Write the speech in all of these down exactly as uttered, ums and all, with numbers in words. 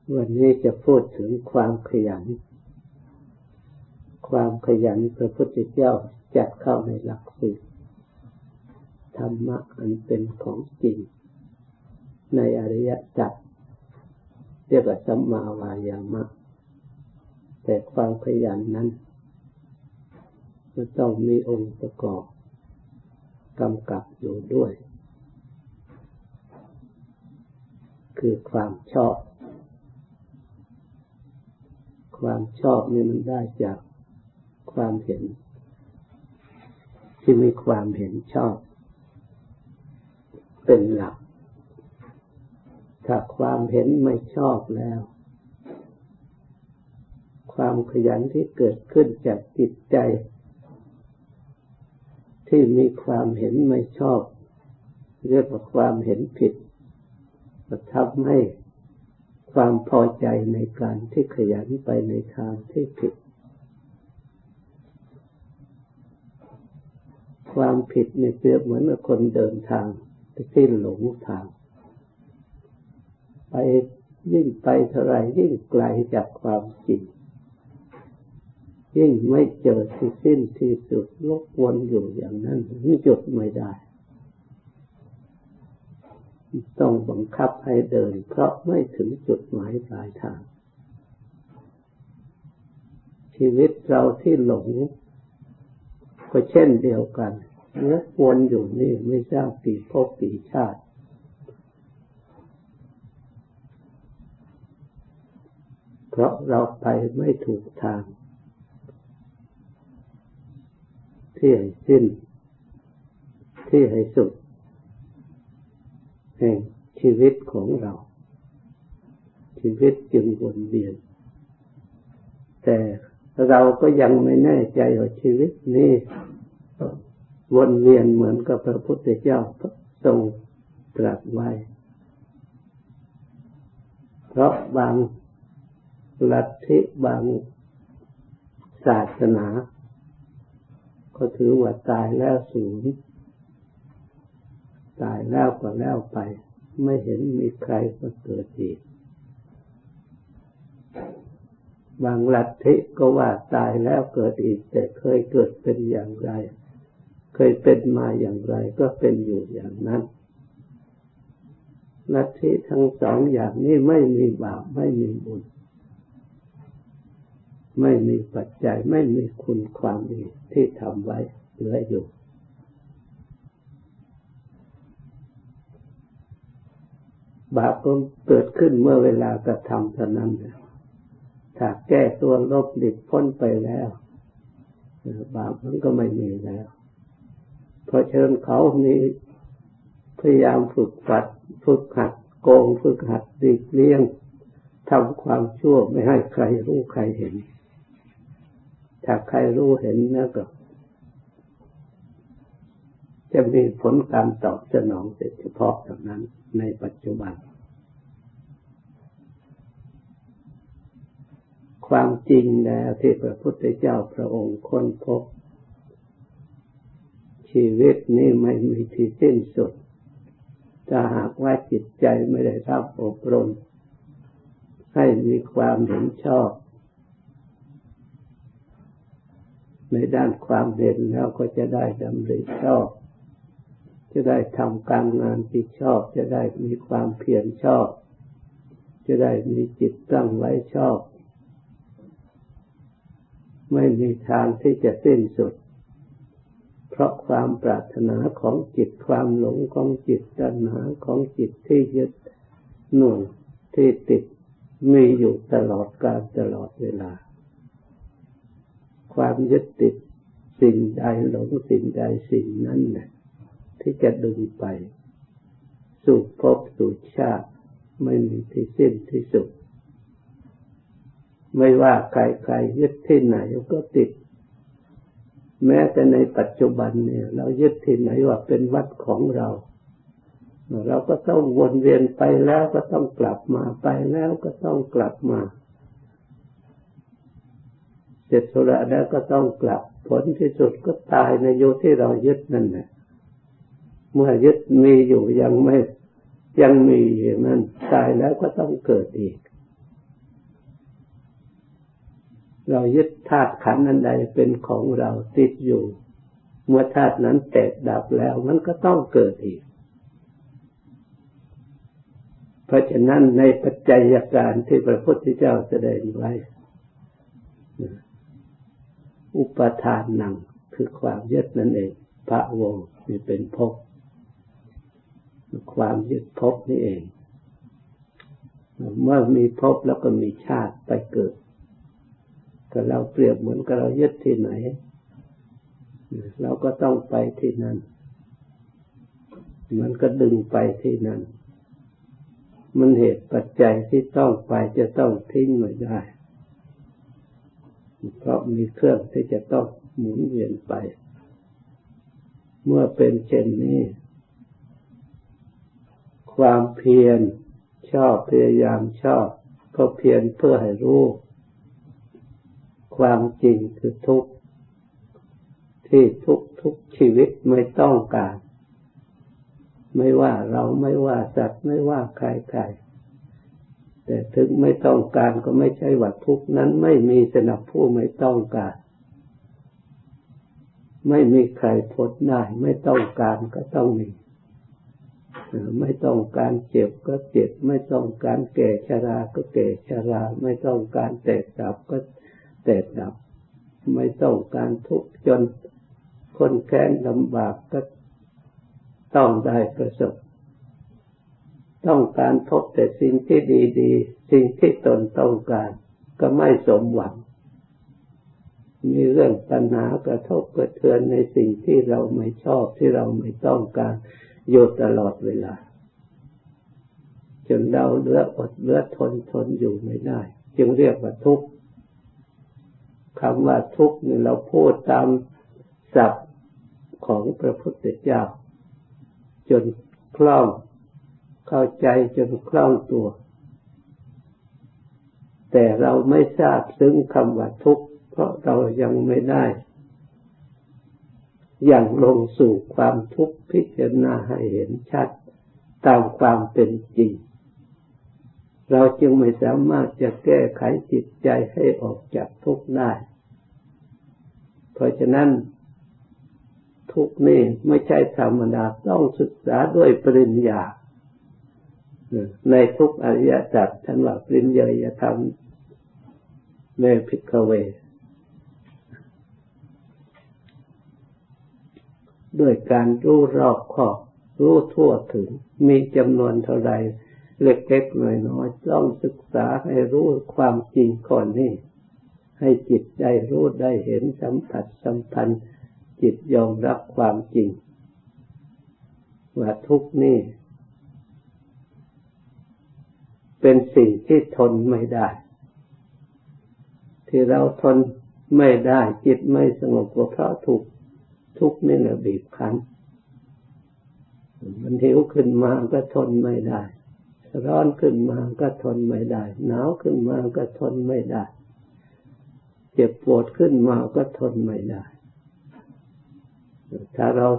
วันนี้จะพูดถึงความขยันความขยันพระพุทธเจ้าจัดเข้าในหลักสูตรธรรมะอันเป็นของจริงในอริยสัจเรียกว่าสัมมาวายามะแต่ความขยันนั้นมันต้องมีองค์ประกอบกำกับอยู่ด้วยคือความชอบความชอบนี่มันได้จากความเห็นที่มีความเห็นชอบเป็นหลักถ้าความเห็นไม่ชอบแล้วความขยันที่เกิดขึ้นจากจิตใจที่มีความเห็นไม่ชอบเรียกว่าความเห็นผิดจะทำให้ความพอใจในการที่ขยันไปในทางที่ผิดความผิดเนี่ยเปรียบเหมือนกับคนเดินทางที่หลงทางไปยิ่งไปเท่าไรยิ่งไกลจากความจริงยิ่งไม่เจอที่สิ้นที่สุดวกวนอยู่อย่างนั้นหยุดไม่ได้ต้องบังคับให้เดินเพราะไม่ถึงจุดหมายปลายทางชีวิตเราที่หลงก็เช่นเดียวกันวกวนอยู่นี่ไม่ทราบกี่ภพกี่ชาติเพราะเราไปไม่ถูกทางที่ให้สิ้นที่ให้สุดแห่งชีวิตของเราชีวิตจึงวนเวียนแต่เราก็ยังไม่แน่ใจว่าชีวิตนี้วนเวียนเหมือนกับพระพุทธเจ้าทรงตรัสไว้เพราะบางลัทธิบางศาสนาก็ถือว่าตายแล้วสูญตายแล้วก็แล้วไปไม่เห็นมีใครมาเกิดอีกบางลัทธิก็ว่าตายแล้วเกิดอีกแต่เคยเกิดเป็นอย่างไรเคยเป็นมาอย่างไรก็เป็นอยู่อย่างนั้นลัทธิทั้งสองอย่างนี้ไม่มีบาปไม่มีบุญไม่มีปัจจัยไม่มีคุณความดีที่ทำไว้เหลืออยู่บาปก็เกิดขึ้นเมื่อเวลากระทำเท่านั้นถ้าแก้ตัวลบหลีกพ้นไปแล้วบาปมันก็ไม่มีแล้วเพราะฉะนั้นเขานี้พยายามฝึกฝัดฝึกหัดโกงฝึกหัดหลีกเลี่ยงทำความชั่วไม่ให้ใครรู้ใครเห็นถ้าใครรู้เห็นนะก็จะมีผลการตอบสนองเฉพาะเท่านั้นในปัจจุบันความจริงแล้วที่พระพุทธเจ้าพระองค์ค้นพบชีวิตนี้ไม่มีที่สิ้นสุดถ้าหากว่าจิตใจไม่ได้รับอบรมให้มีความเห็นชอบในด้านความเห็นแล้วก็จะได้ดำริชอบจะได้ทำการงานที่ชอบจะได้มีความเพียรชอบจะได้มีจิตตั้งไว้ชอบไม่มีทางที่จะสิ้นสุดเพราะความปรารถนาของจิตความหลงของจิตตัณหาของจิตที่ยึดหน่วงที่ติดมีอยู่ตลอดกาลตลอดเวลาความยึดติดสิ่งใดหลงสิ่งใดสิ่งนั้นแหละที่จะดึงไปสู่ภพสู่ชาติไม่มีที่สิ้นที่สุดไม่ว่าใครๆยึดที่ไหนก็ติดแม้แต่ในปัจจุบันเนี่ยเรายึดที่ไหนว่าเป็นวัดของเราเราก็ต้องวนเวียนไปแล้วก็ต้องกลับมาไปแล้วก็ต้องกลับมาเสร็จธุระแล้วก็ต้องกลับผลที่สุดก็ตายในโยที่เรายึดนั่นแหละเมื่อยึดมีอยู่ยังไม่ยังมีอย่างนั้นตายแล้วก็ต้องเกิดอีกเรายึดธาตุขันธ์อันใดเป็นของเราติดอยู่เมื่อธาตุนั้นแตกดับแล้วมันก็ต้องเกิดอีกเพราะฉะนั้นในปัจจัยการที่พระพุทธเจ้าแสดงไว้อุปทานนังคือความยึดนั่นเองพระวงศ์นี่เป็นภพความยึดภพนี่เองเมื่อมีภพแล้วก็มีชาติไปเกิดก็เราเปรียบเหมือนกับเรายึดที่ไหนเราก็ต้องไปที่นั่นมันก็ดึงไปที่นั่นมันเหตุปัจจัยที่ต้องไปจะต้องทิ้งไม่ได้เพราะมีเครื่องที่จะต้องหมุนเวียนไปเมื่อเป็นเช่นนี้ความเพียรชอบพยายามชอบก็เพียรเพื่อให้รู้ความจริงคือทุกข์ที่ทุกทุกชีวิตไม่ต้องการไม่ว่าเราไม่ว่าสัตว์ไม่ว่าใครๆแต่ถึงไม่ต้องการก็ไม่ใช่ว่าทุกข์นั้นไม่มีสำหรับผู้ไม่ต้องการไม่มีใครพ้นได้ไม่ต้องการก็ต้องมีไม่ต้องการเจ็บก็เจ็บไม่ต้องการแก่ชราก็แก่ชราไม่ต้องการแตกดับก็แตกดับไม่ต้องการทุกข์จนคนแค้นลำบากก็ต้องได้ประสบต้องการพบแต่สิ่งที่ดีๆสิ่งที่ตนต้องการก็ไม่สมหวังมีเรื่องปัญหากระทบกระเทือนในสิ่งที่เราไม่ชอบที่เราไม่ต้องการอยู่ตลอดเวลาจนเราเหลืออดเหลือทนทนอยู่ไม่ได้จึงเรียกว่าทุกข์คำว่าทุกข์นี่เราพูดตามศัพท์ของพระพุทธเจ้าจนคล่องเข้าใจจนคล่องตัวแต่เราไม่ทราบซึ้งคำว่าทุกข์เพราะเรายังไม่ได้อย่างลงสู่ความทุกข์พิจารณาให้เห็นชัดตามความเป็นจริงเราจึงไม่สามารถจะแก้ไขจิตใจให้ออกจากทุกข์ได้เพราะฉะนั้นทุกข์นี่ไม่ใช่ธรรมดาต้องศึกษาด้วยปริญญาในทุกอริยสัจท่านว่าปริญญาธรรมเมภิกขเวด้วยการรู้รอบคอบรู้ทั่วถึงมีจำนวนเท่าไรเล็กๆน้อยๆต้องศึกษาให้รู้ความจริงก่อนนี่ให้จิตได้รู้ได้เห็นสัมผัสสัมพันธ์จิตยอมรับความจริงว่าทุกข์นี่เป็นสิ่งที่ทนไม่ได้ที่เราทนไม่ได้จิตไม่สงบก็เพราะทุกข์ทุกข์นี่แหละบีบคั้นมันหิวขึ้นมาก็ทนไม่ได้ร้อนขึ้นมาก็ทนไม่ได้หนาวขึ้นมาก็ทนไม่ได้เจ็บปวดขึ้นมาก็ทนไม่ได้ถ้าเรา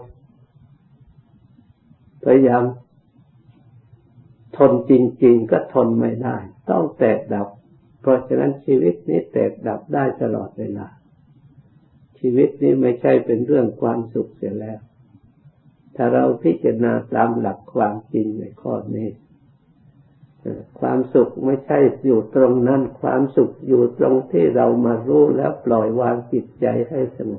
พยายามทนจริงๆก็ทนไม่ได้ต้องแตกดับเพราะฉะนั้นชีวิตนี้แตกดับได้ตลอดเวลาชีวิตนี้ไม่ใช่เป็นเรื่องความสุขเสียแล้วถ้าเราพิจารณาตามหลักความจริงในข้อนี้ความสุขไม่ใช่อยู่ตรงนั้นความสุขอยู่ตรงที่เรามารู้แล้วปล่อยวางจิตใจให้สงบ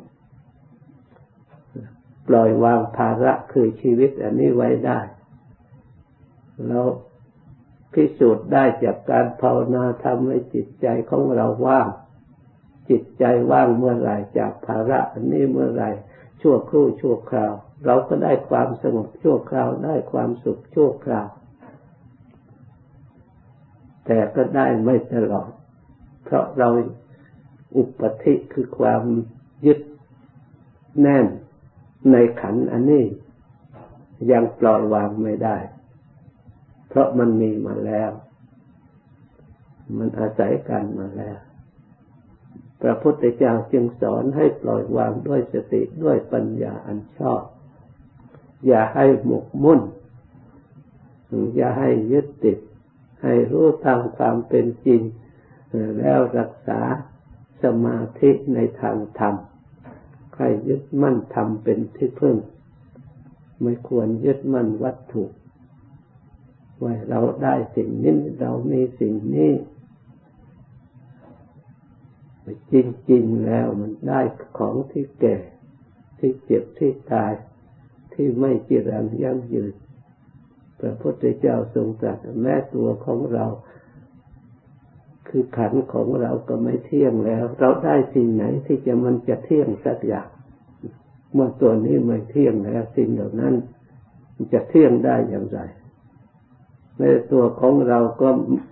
ปล่อยวางภาระคือชีวิตอันนี้ไว้ได้เราพิสูจน์ได้จากการภาวนาทำให้จิตใจของเราว่างจิตใจว่างเมื่อไหร่จากภาระอันนี้เมื่อไหร่ชั่วครู่ชั่วคราวเราก็ได้ความสงบชั่วคราวได้ความสุขชั่วคราวแต่ก็ได้ไม่ตลอดเพราะเราอุปธิคือความยึดแน่นในขันธ์อันนี้ยังปล่อยวางไม่ได้เพราะมันมีมาแล้วมันอาศัยกันมาแล้วพระพุทธเจ้าจึงสอนให้ปล่อยวางด้วยสติด้วยปัญญาอันชอบอย่าให้หมกมุ่นอย่าให้ยึดติดให้รู้ตามความเป็นจริงแล้วรักษาสมาธิในทางธรรมให้ยึดมั่นธรรมเป็นที่พึ่งไม่ควรยึดมั่นวัตถุว่าเราได้สิ่งนี้เรามีสิ่งนี้จริงๆแล้วมันได้ของที่แก่ที่เจ็บที่ตายที่ไม่จีรังยั่งยืนพระพุทธเจ้าทรงตรัสแม้ตัวของเราคือขันธ์ของเราก็ไม่เที่ยงแล้วเราได้สิ่งไหนที่จะมันจะเที่ยงสักอย่างเมื่อตัวนี้ไม่เที่ยงแล้วสิ่งเหล่านั้นจะเที่ยงได้อย่างไรในตัวของเราก็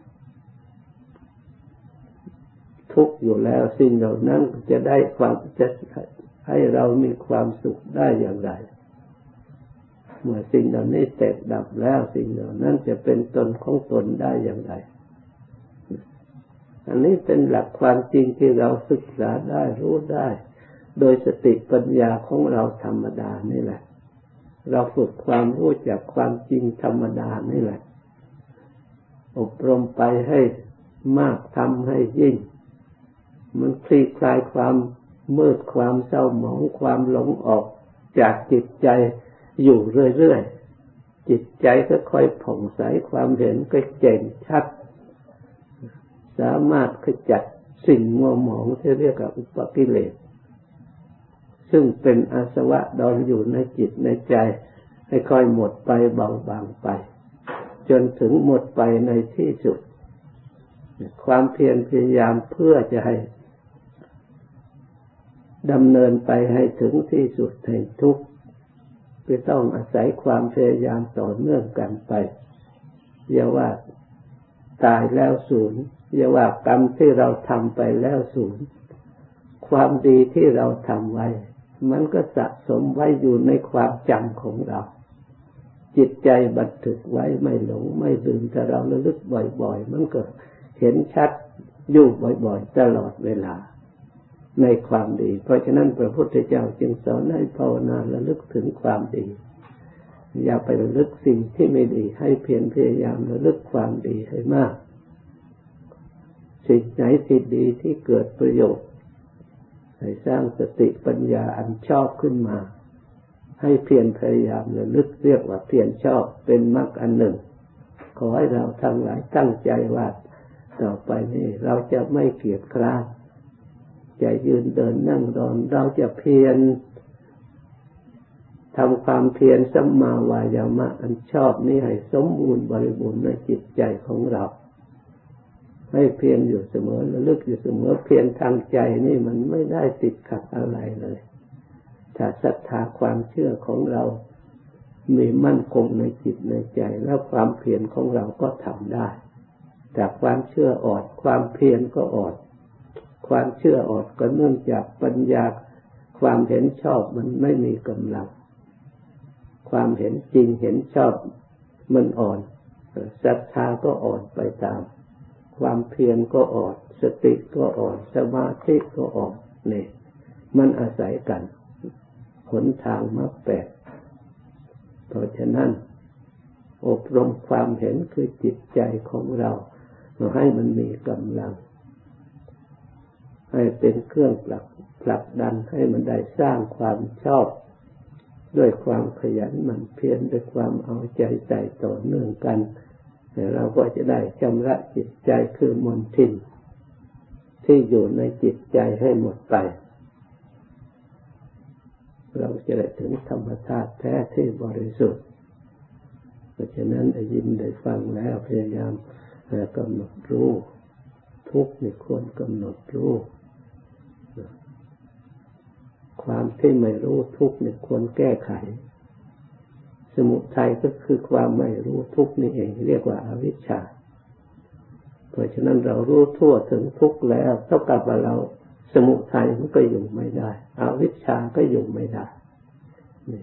ทุกข์อยู่แล้วสิ่งเหล่านั้นจะได้ความจะให้เรามีความสุขได้อย่างไรเมื่อสิ่งเหล่านี้แตกดับแล้วสิ่งเหล่านั้นจะเป็นตนของตนได้อย่างไรอันนี้เป็นหลักความจริงที่เราศึกษาได้รู้ได้โดยสติปัญญาของเราธรรมดานี่แหละเราฝึกความรู้จักความจริงธรรมดานี่แหละอบรมไปให้มากทำให้ยิ่งมันคลี่คลายความมืดความเศร้าหมองความหลงออกจากจิตใจอยู่เรื่อยๆจิตใจก็ค่อยผ่องใสความเห็นก็แจ่มชัดสามารถขจัดสิ่งมัวหมองที่เรียกว่าอุปกิเลสซึ่งเป็นอาสวะดองอยู่ในจิตในใจให้ค่อยหมดไปเบาบางไปจนถึงหมดไปในที่สุดความเพียรพยายามเพื่อจะให้ดำเนินไปให้ถึงที่สุดแห่งทุกข์จะต้องอาศัยความพยายามต่อเนื่องกันไปอย่าว่าตายแล้วศูนย์อย่าว่ากรรมที่เราทำไปแล้วศูนย์ความดีที่เราทำไว้มันก็สะสมไว้อยู่ในความจำของเราจิตใจบันทึกไว้ไม่หลงไม่ลืมแต่เราระลึกบ่อยๆมันก็เห็นชัดอยู่บ่อยๆตลอดเวลาในความดีเพราะฉะนั้นพระพุทธเจ้าจึงสอนให้ภาวนาระลึกถึงความดีอย่าไประลึกสิ่งที่ไม่ดีให้เพียรพยายามระลึกความดีให้มากสิ่งไหนที่ดีที่เกิดประโยชน์ให้สร้างสติปัญญาอันชอบขึ้นมาให้เพียรพยายามระลึกเรียกว่าเพียรชอบเป็นมรรคอันหนึ่งขอให้เราทั้งหลายตั้งใจว่าต่อไปนี้เราจะไม่เกียจคร้านจะยืนเดินนั่งนอนเราจะเพียรทำความเพียรสัมมาวายามะอันชอบนี้ให้สมบูรณ์บริบูรณ์ในจิตใจของเราให้เพียรอยู่เสมอระลึกอยู่เสมอเพียรทางใจนี่มันไม่ได้ติดขัดอะไรเลยถ้าศรัทธาความเชื่อของเรามีมั่นคงในจิตในใจแล้วความเพียรของเราก็ทำได้แต่ความเชื่ออ่อนความเพียรก็อ่อนความเชื่ออ่อนก็เนื่องจากปัญญาความเห็นชอบมันไม่มีกำลังความเห็นจริงเห็นชอบมันอ่อนศรัทธาก็อ่อนไปตามความเพียรก็อ่อนสติก็อ่อนสมาธิก็อ่อนนี่มันอาศัยกันหนทางมรรคแปดเพราะฉะนั้นอบรมความเห็นคือจิตใจของเราให้มันมีกำลังให้เป็นเครื่องผลักผลักดันให้มันได้สร้างความชอบด้วยความขยันหมั่นเพียรด้วยความเอาใจใส่ต่อเนื่องกันเราก็จะได้ชำระจิตใจคือมลทินที่อยู่ในจิตใจให้หมดไปเราจะได้ถึงธรรมชาติแท้ที่บริสุทธิ์เพราะฉะนั้นได้ยินได้ฟังแล้วพยายามกำหนดรู้ทุกข์นี่ควรกำหนดรู้ความที่ไม่รู้ทุกข์นี่ควรแก้ไขสมุทัยก็คือความไม่รู้ทุกข์นี่เองเรียกว่าอวิชชาเพราะฉะนั้นเรารู้ทั่วถึงทุกข์แล้วเท่ากับว่าเราสมุทัยมันก็อยู่ไม่ได้อวิชชาก็อยู่ไม่ได้นี่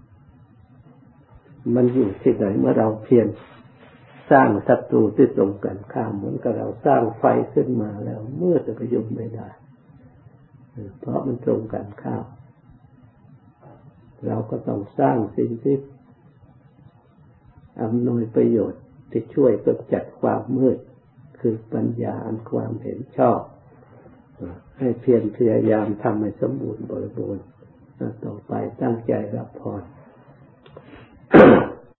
มันอยู่ที่ไหนเมื่อเราเพียรสร้างศัตรูที่ตรงกันข้ามเหมือนกับเราสร้างไฟขึ้นมาแล้วเมื่อจะก็อยู่ไม่ได้เพราะมันตรงกันข้ามเราก็ต้องสร้างสิ่งที่อำนวยประโยชน์ที่ช่วยกำจัดความมืดคือปัญญาอันความเห็นชอบใให้เพียรพยายามทำให้สมบูรณ์บริบูรณ์ต่อไปตั้งใจรับพร